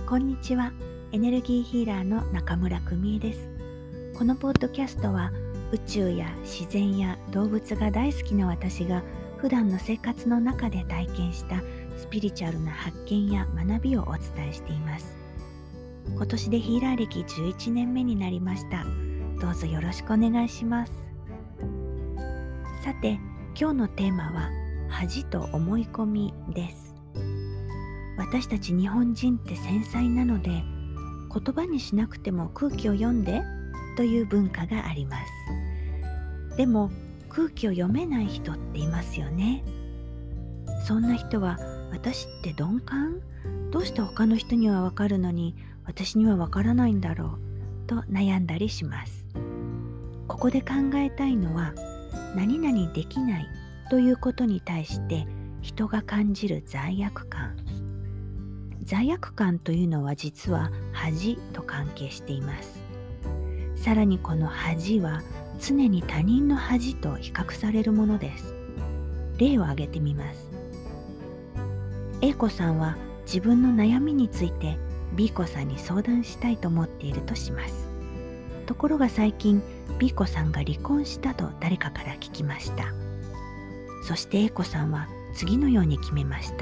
こんにちは。エネルギーヒーラーの中村久美恵です。このポッドキャストは宇宙や自然や動物が大好きな私が普段の生活の中で体験したスピリチュアルな発見や学びをお伝えしています。今年でヒーラー歴11年目になりました。どうぞよろしくお願いします。さて、今日のテーマは恥と思い込みです。私たち日本人って繊細なので、言葉にしなくても空気を読んでという文化があります。でも空気を読めない人っていますよね。そんな人は、私って鈍感？どうして他の人にはわかるのに私にはわからないんだろうと悩んだりします。ここで考えたいのは、何々できないということに対して人が感じる罪悪感。罪悪感というのは実は恥と関係しています。さらにこの恥は常に他人の恥と比較されるものです。例を挙げてみます。A 子さんは自分の悩みについて B 子さんに相談したいと思っているとします。ところが最近 B 子さんが離婚したと誰かから聞きました。そして A 子さんは次のように決めました。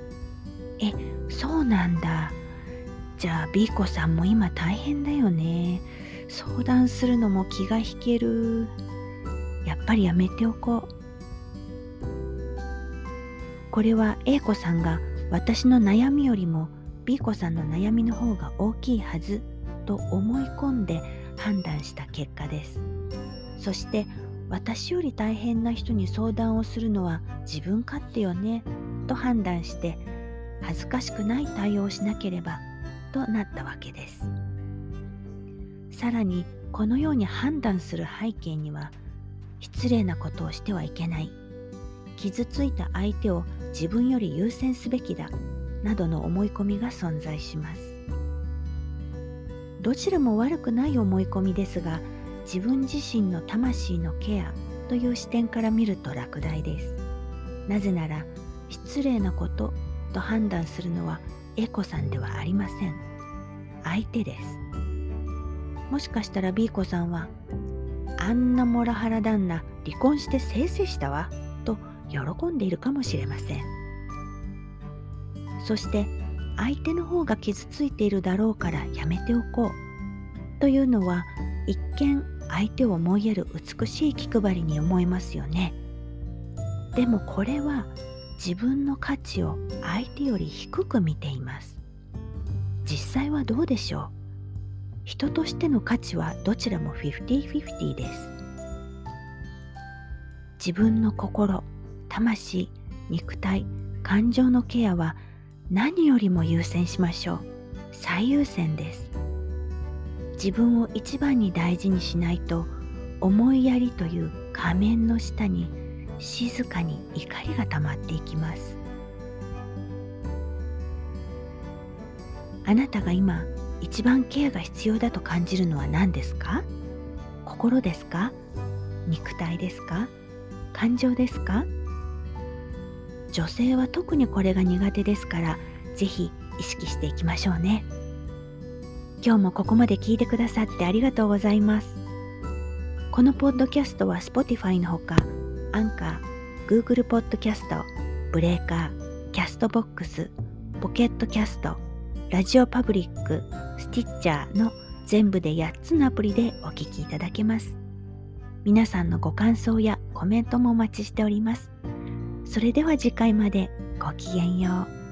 そうなんだ。じゃあ B 子さんも今大変だよね。相談するのも気が引ける。やっぱりやめておこう。これは A 子さんが私の悩みよりも B 子さんの悩みの方が大きいはずと思い込んで判断した結果です。そして私より大変な人に相談をするのは自分勝手よねと判断して、恥ずかしくない対応をしなければとなったわけです。さらにこのように判断する背景には、失礼なことをしてはいけない、傷ついた相手を自分より優先すべきだなどの思い込みが存在します。どちらも悪くない思い込みですが、自分自身の魂のケアという視点から見ると落第です。なぜなら失礼なことと判断するのは A 子さんではありません。相手です。もしかしたら B 子さんは、あんなモラハラ旦那離婚してせいせいしたわと喜んでいるかもしれません。そして相手の方が傷ついているだろうからやめておこうというのは、一見相手を思いやる美しい気配りに思えますよね。でもこれは自分の価値を相手より低く見ています。実際はどうでしょう。人としての価値はどちらも 50-50 です。自分の心、魂、肉体、感情のケアは何よりも優先しましょう。最優先です。自分を一番に大事にしないと、思いやりという仮面の下に静かに怒りが溜まっていきます。あなたが今一番ケアが必要だと感じるのは何ですか？心ですか？肉体ですか？感情ですか？女性は特にこれが苦手ですから、ぜひ意識していきましょうね。今日もここまで聞いてくださってありがとうございます。このポッドキャストは Spotify のほか、アンカー、Google ポッドキャスト、ブレーカー、キャストボックス、ポケットキャスト、ラジオパブリック、スティッチャーの全部で8つのアプリでお聞きいただけます。皆さんのご感想やコメントもお待ちしております。それでは次回までごきげんよう。